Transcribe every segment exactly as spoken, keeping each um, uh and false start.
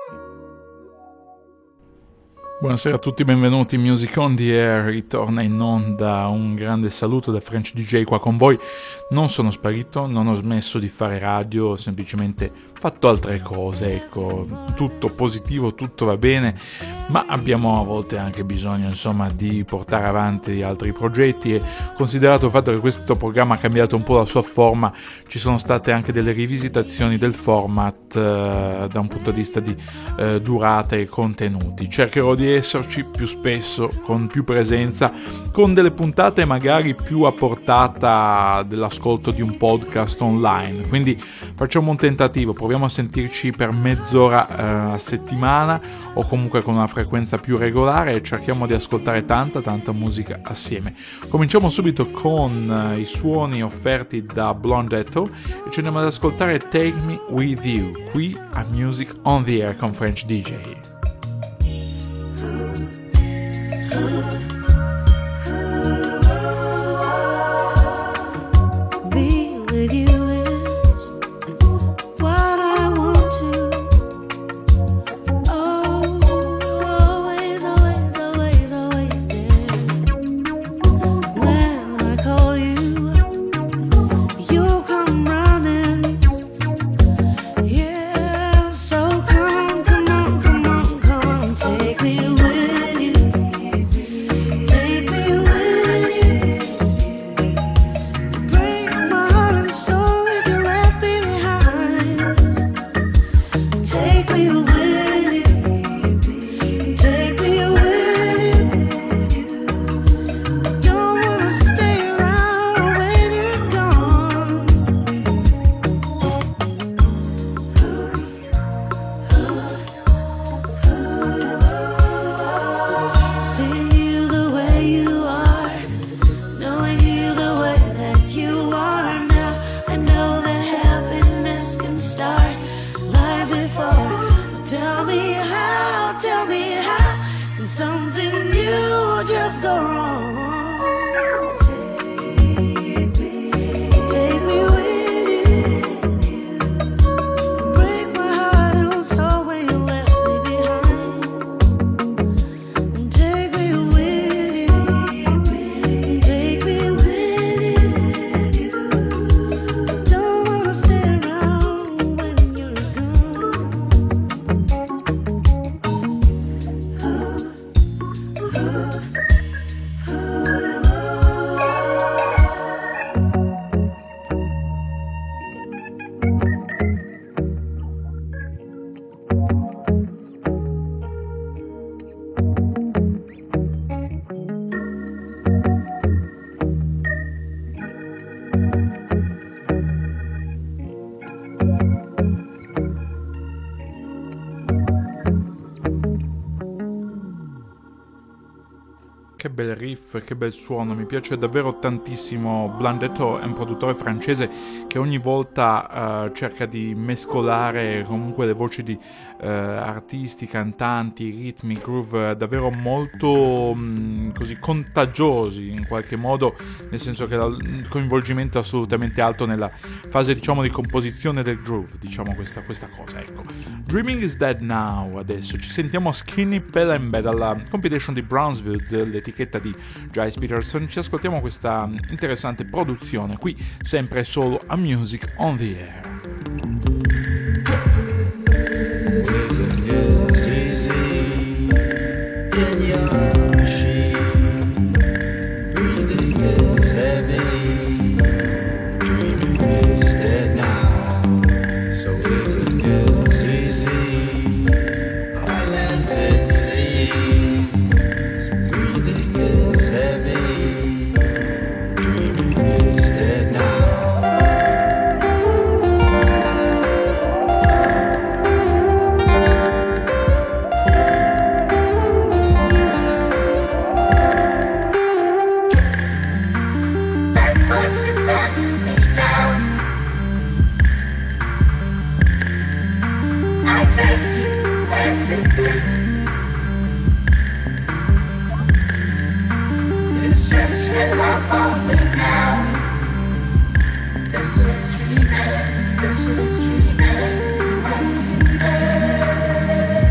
Buonasera a tutti, benvenuti in Music on the Air, ritorna in onda. Un grande saluto da French D J qua con voi. Non sono sparito, non ho smesso di fare radio, ho semplicemente fatto altre cose, ecco, tutto positivo, tutto va bene, ma abbiamo a volte anche bisogno, insomma, di portare avanti altri progetti, e considerato il fatto che questo programma ha cambiato un po' la sua forma, ci sono state anche delle rivisitazioni del format eh, da un punto di vista di eh, durata e contenuti. Cercherò di esserci più spesso, con più presenza, con delle puntate magari più a portata dell'ascolto di un podcast online, quindi facciamo un tentativo, proviamo a sentirci per mezz'ora eh, a settimana o comunque con una frequenza più regolare, e cerchiamo di ascoltare tanta tanta musica assieme. Cominciamo subito con eh, i suoni offerti da Blondetto e ci andiamo ad ascoltare Take Me With You qui a Music on the Air con French D J. Che bel riff, che bel suono, mi piace davvero tantissimo. Blondetto è un produttore francese che ogni volta uh, cerca di mescolare comunque le voci di uh, artisti, cantanti, ritmi, groove davvero molto mh, così contagiosi in qualche modo, nel senso che il coinvolgimento è assolutamente alto nella fase, diciamo, di composizione del groove, diciamo questa, questa cosa, ecco. Dreaming is Dead Now, adesso ci sentiamo Skinny Pellembe dalla compilation di Brownswood, l'etichetta di Gilles Peterson. Ci ascoltiamo questa interessante produzione qui sempre solo a Music on the Air. This is dreaming, this is dreaming.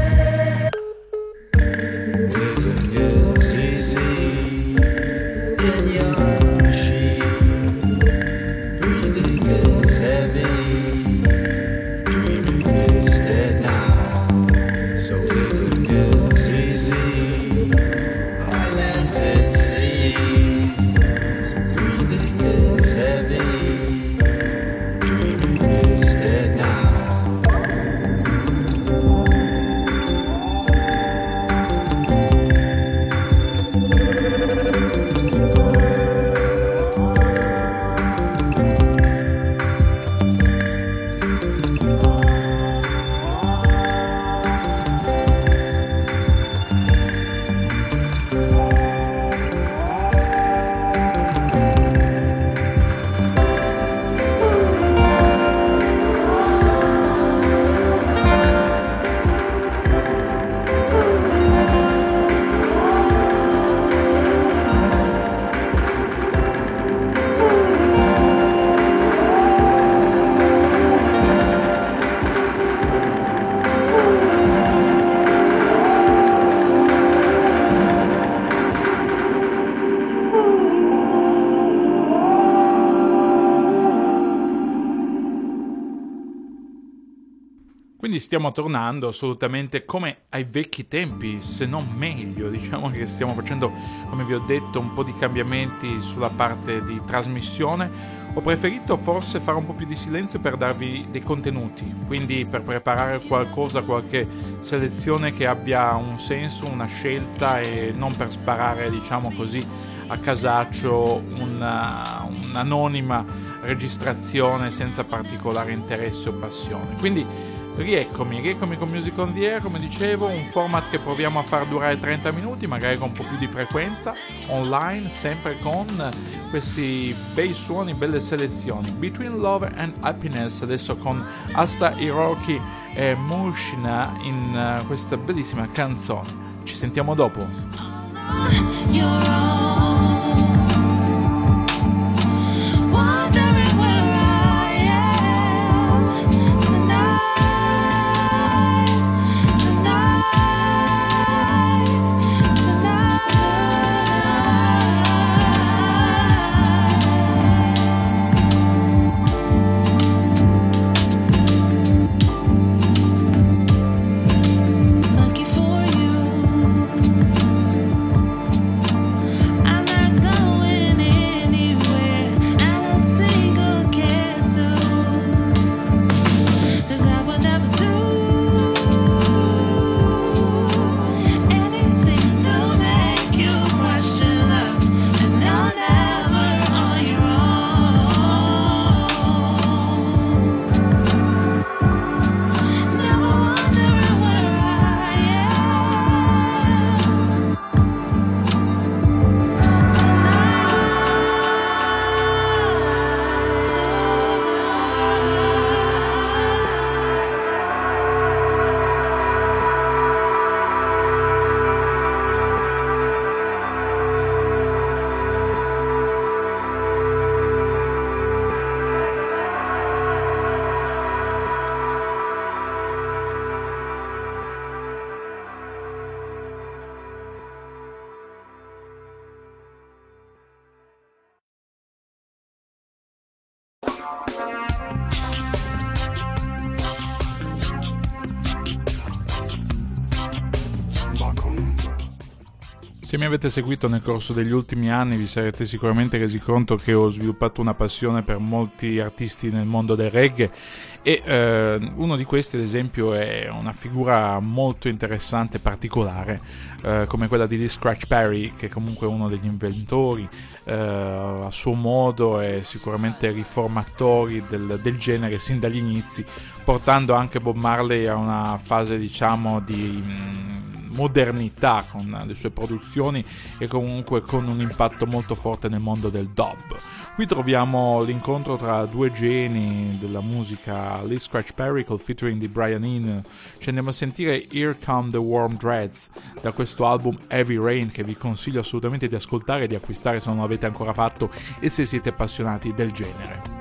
stiamo tornando assolutamente come ai vecchi tempi, se non meglio. Diciamo che stiamo facendo, come vi ho detto, un po' di cambiamenti sulla parte di trasmissione. Ho preferito forse fare un po' più di silenzio per darvi dei contenuti, quindi per preparare qualcosa, qualche selezione che abbia un senso, una scelta, e non per sparare, diciamo così, a casaccio una, un'anonima registrazione senza particolare interesse o passione. Quindi rieccomi, rieccomi con Music on the Air, come dicevo, un format che proviamo a far durare trenta minuti, magari con un po' più di frequenza, online, sempre con questi bei suoni, belle selezioni. Between Love and Happiness, adesso con Asta Hiroki e Mushina in uh, questa bellissima canzone. Ci sentiamo dopo. Se mi avete seguito nel corso degli ultimi anni vi sarete sicuramente resi conto che ho sviluppato una passione per molti artisti nel mondo del reggae, e eh, uno di questi ad esempio è una figura molto interessante e particolare, eh, come quella di Lee Scratch Perry, che comunque è uno degli inventori eh, a suo modo e sicuramente riformatori del, del genere sin dagli inizi, portando anche Bob Marley a una fase, diciamo, di mh, modernità con le sue produzioni e comunque con un impatto molto forte nel mondo del dub. Qui troviamo l'incontro tra due geni della musica, Lee Scratch Perry col featuring di Brian Eno. Ci andiamo a sentire Here Come the Warm Dreads da questo album Heavy Rain, che vi consiglio assolutamente di ascoltare e di acquistare se non l'avete ancora fatto e se siete appassionati del genere.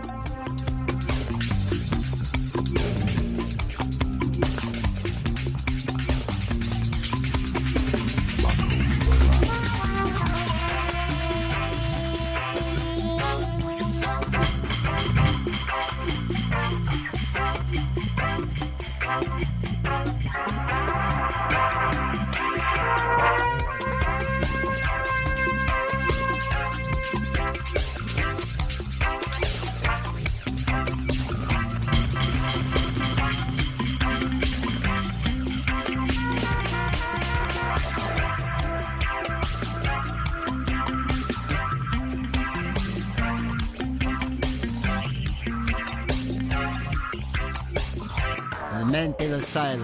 Mental Asylum.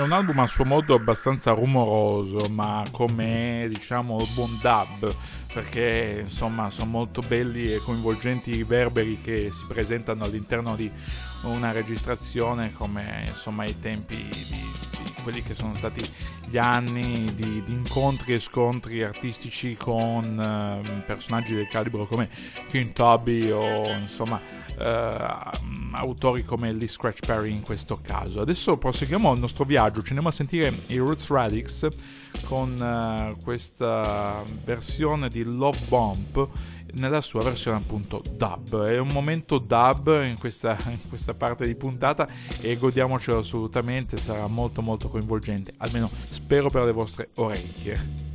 un album a suo modo abbastanza rumoroso, ma come diciamo buon dub, perché insomma sono molto belli e coinvolgenti i riverberi che si presentano all'interno di una registrazione, come insomma ai tempi di, di quelli che sono stati gli anni di, di incontri e scontri artistici con uh, personaggi del calibro come King Tubby o insomma uh, autori come Lee Scratch Perry in questo caso. Adesso proseguiamo il nostro viaggio, ci andiamo a sentire i Roots Radics con uh, questa versione di Love Bump nella sua versione appunto dub. È un momento dub in questa, in questa parte di puntata e godiamocelo assolutamente, sarà molto molto coinvolgente, almeno spero per le vostre orecchie.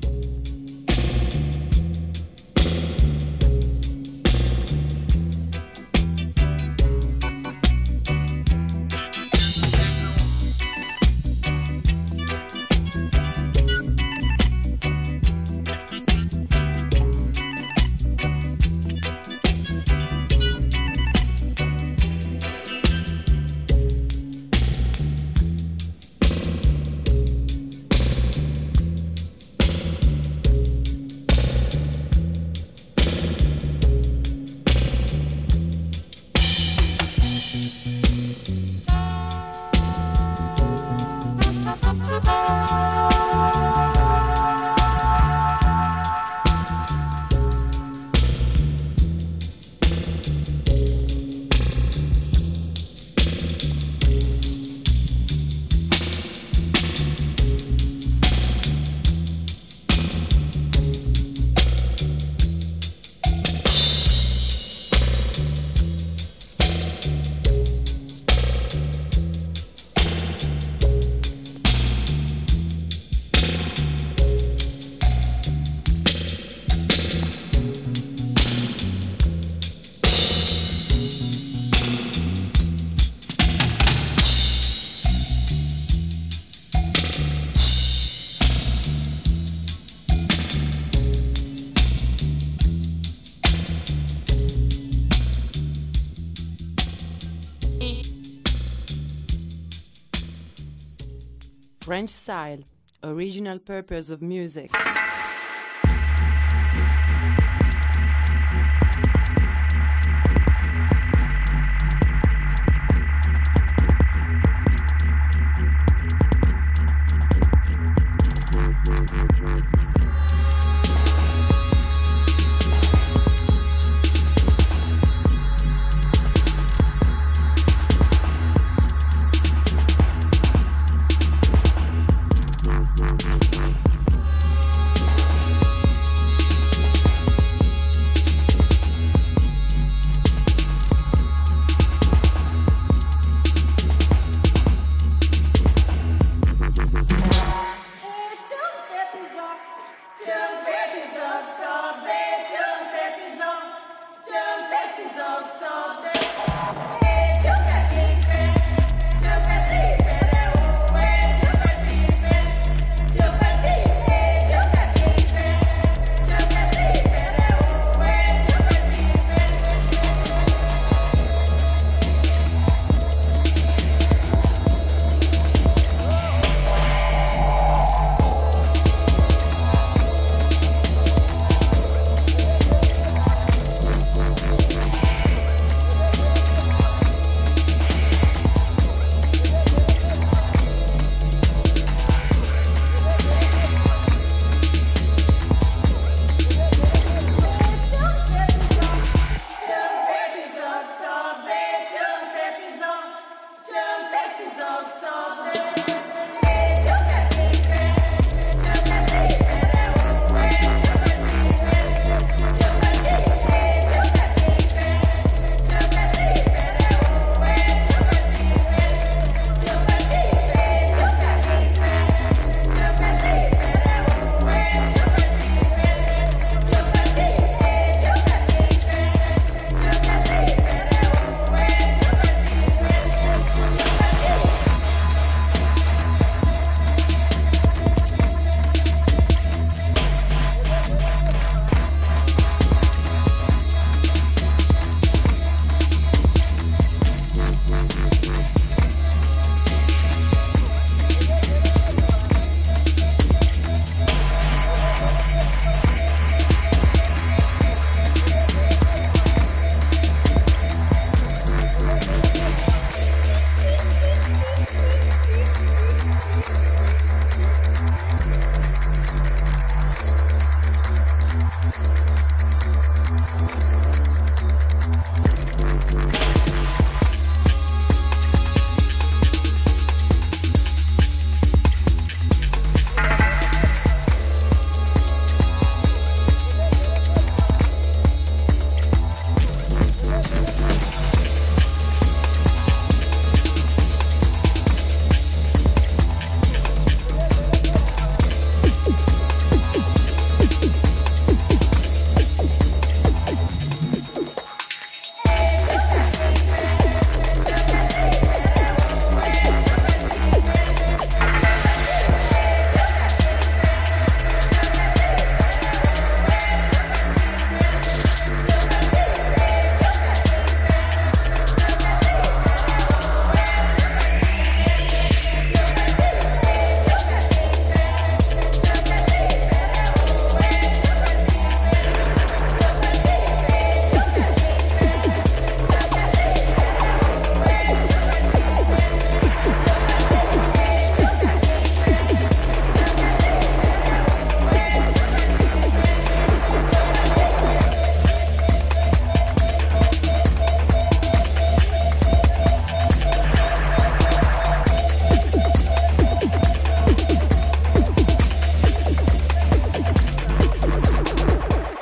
French style, original purpose of music.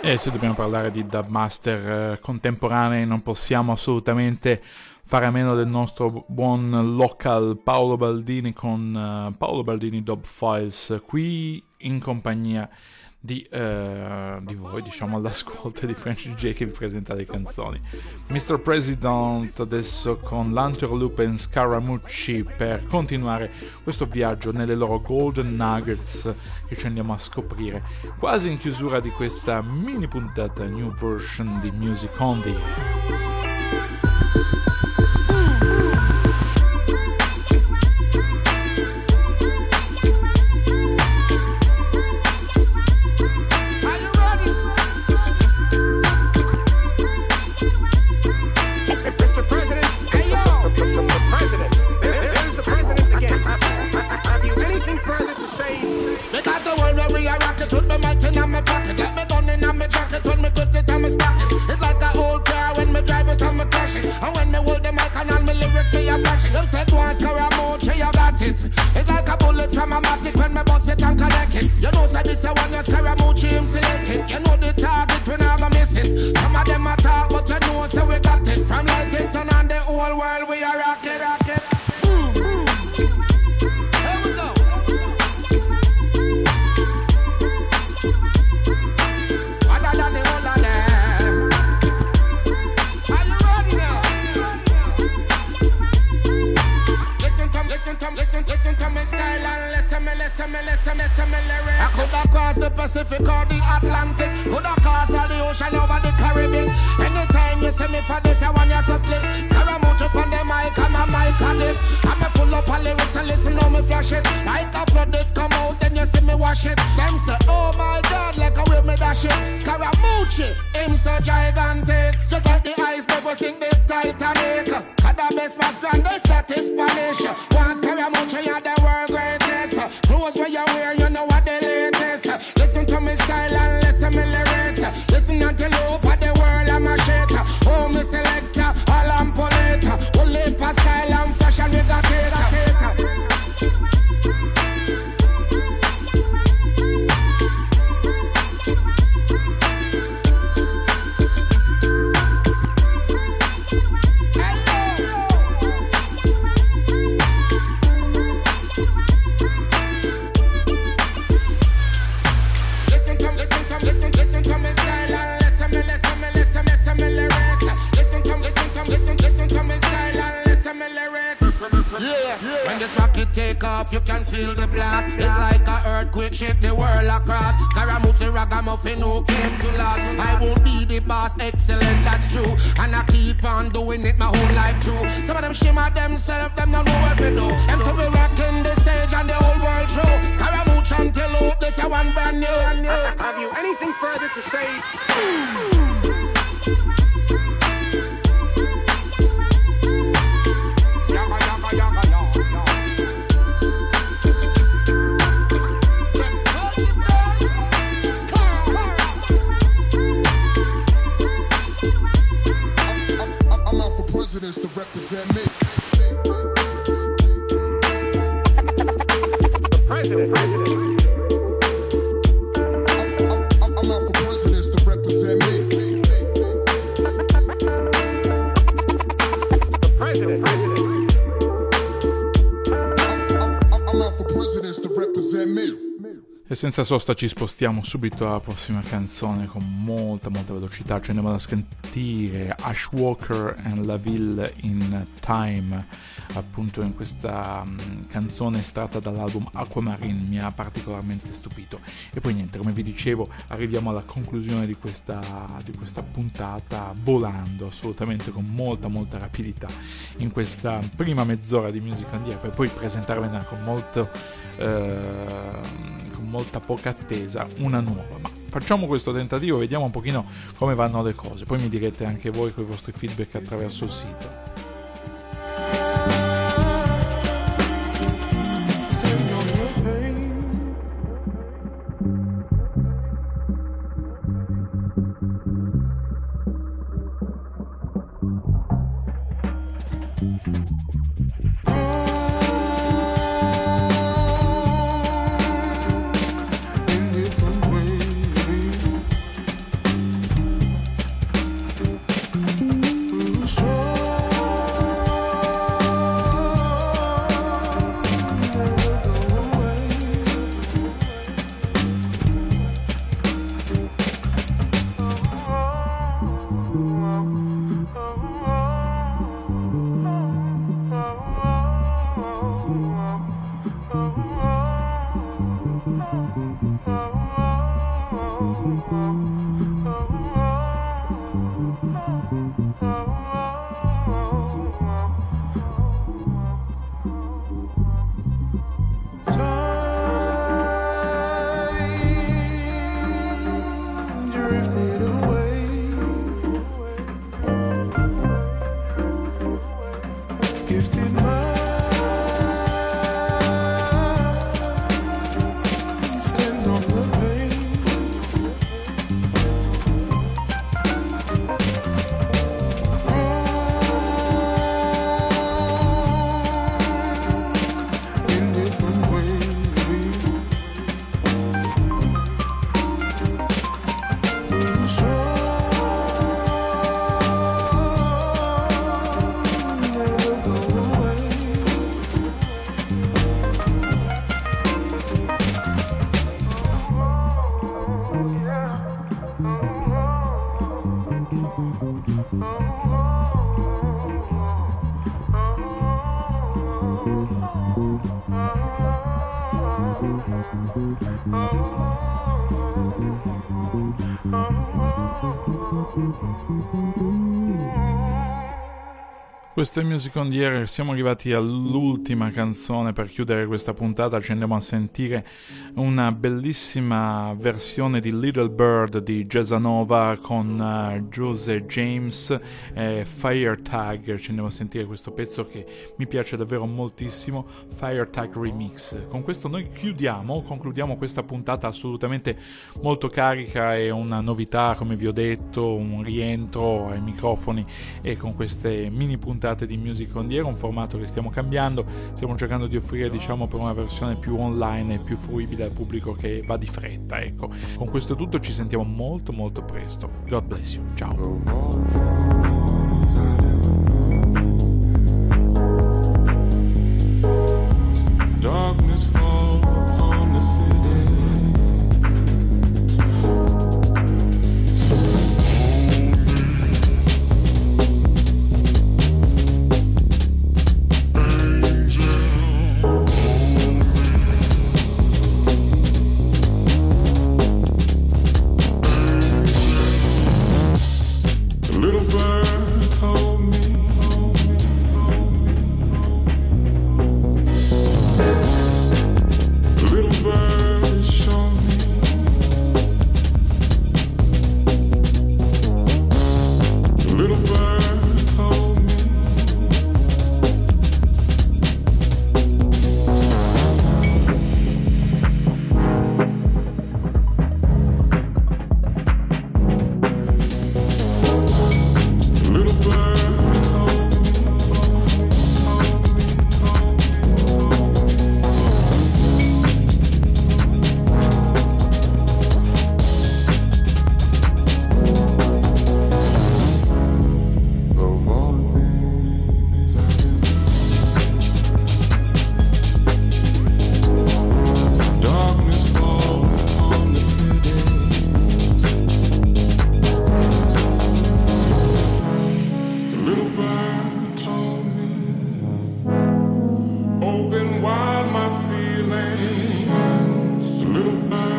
E se dobbiamo parlare di dubmaster eh, contemporanei non possiamo assolutamente fare a meno del nostro buon local Paolo Baldini con uh, Paolo Baldini Dub Files, qui in compagnia di, uh, di voi, diciamo all'ascolto di French D J che vi presenta le canzoni. mister President adesso con l'Anterloop e Scaramucci per continuare questo viaggio nelle loro Golden Nuggets che ci andiamo a scoprire quasi in chiusura di questa mini puntata new version di Music on the Air. It's like a bullet from a matic when me bust it and connect it. You know, so this a one you Scaramucci him select it. You know the target, we not gonna miss it. Some of them a talk, but you know, so we got it. From Lightington and the whole world, we are rocking, rocking. Here we go. Other than the whole of them. Are you ready now? Listen to, listen to, listen, listen to me style and listen me, listen me, listen me, listen me lyrics. I could have crossed the Pacific or the Atlantic. Could have crossed all the ocean over the Caribbean. Anytime you see me for this, I want you so slick. Scaramucci on the mic, I'm a mic on it. I'm a full up of lyrics and listen how me flash it. Like a flood it come out, then you see me wash it. Them say, oh my God, like a way me dash it. Scaramucci, him so gigantic. Just like the iceberg will sing the Titanic. Cause the best was grand, they start in Spanish. Once Scaramucci, you're the world greatest. Clothes where you wear, you know what the latest. Listen to me style and listen me lyrics. Listen until you open the world, I'm a shit. Oh, me selector, all I'm polite. Only for style and fashion, we got it. Yeah. Yeah. When this rocket take off, you can feel the blast. It's like a earthquake, shake the world across. Scaramucci ragamuffin who came to last. I won't be the boss, excellent, that's true. And I keep on doing it my whole life too. Some of them shimmer themselves, them don't know what to do. And so we rocking the stage and the whole world show. Scaramucci until out, this is one brand new. Have you anything further to say? To represent me. The president. president. I'm, I'm out for presidents to represent me. The president. president. I'm, I'm out for presidents to represent me. E senza sosta ci spostiamo subito alla prossima canzone con molta molta velocità. Ci andiamo a sentire Ashwalker and La Ville in Time, appunto in questa um, canzone estratta dall'album Aquamarine. Mi ha particolarmente stupito. E poi niente, come vi dicevo, arriviamo alla conclusione di questa, di questa puntata volando assolutamente con molta molta rapidità in questa prima mezz'ora di Music on the Air, per poi presentarvela con molto eh, con molta poca attesa una nuova. Ma facciamo questo tentativo, vediamo un pochino come vanno le cose, poi mi direte anche voi con i vostri feedback attraverso il sito. Questo è Music on the Air, siamo arrivati all'ultima canzone per chiudere questa puntata. Ci andiamo a sentire una bellissima versione di Little Bird di Jazzanova con uh, Jose James e Fire Tag. Ci andiamo a sentire questo pezzo che mi piace davvero moltissimo, Fire Tag Remix. Con questo noi chiudiamo, concludiamo questa puntata assolutamente molto carica e una novità, come vi ho detto, un rientro ai microfoni e con queste mini puntate di Music on the Air, un formato che stiamo cambiando, stiamo cercando di offrire, diciamo, per una versione più online e più fruibile al pubblico che va di fretta, ecco. Con questo è tutto, ci sentiamo molto molto presto. God bless you, ciao. Darkness falls upon the city.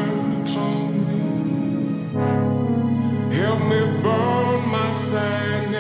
Help me burn my sadness.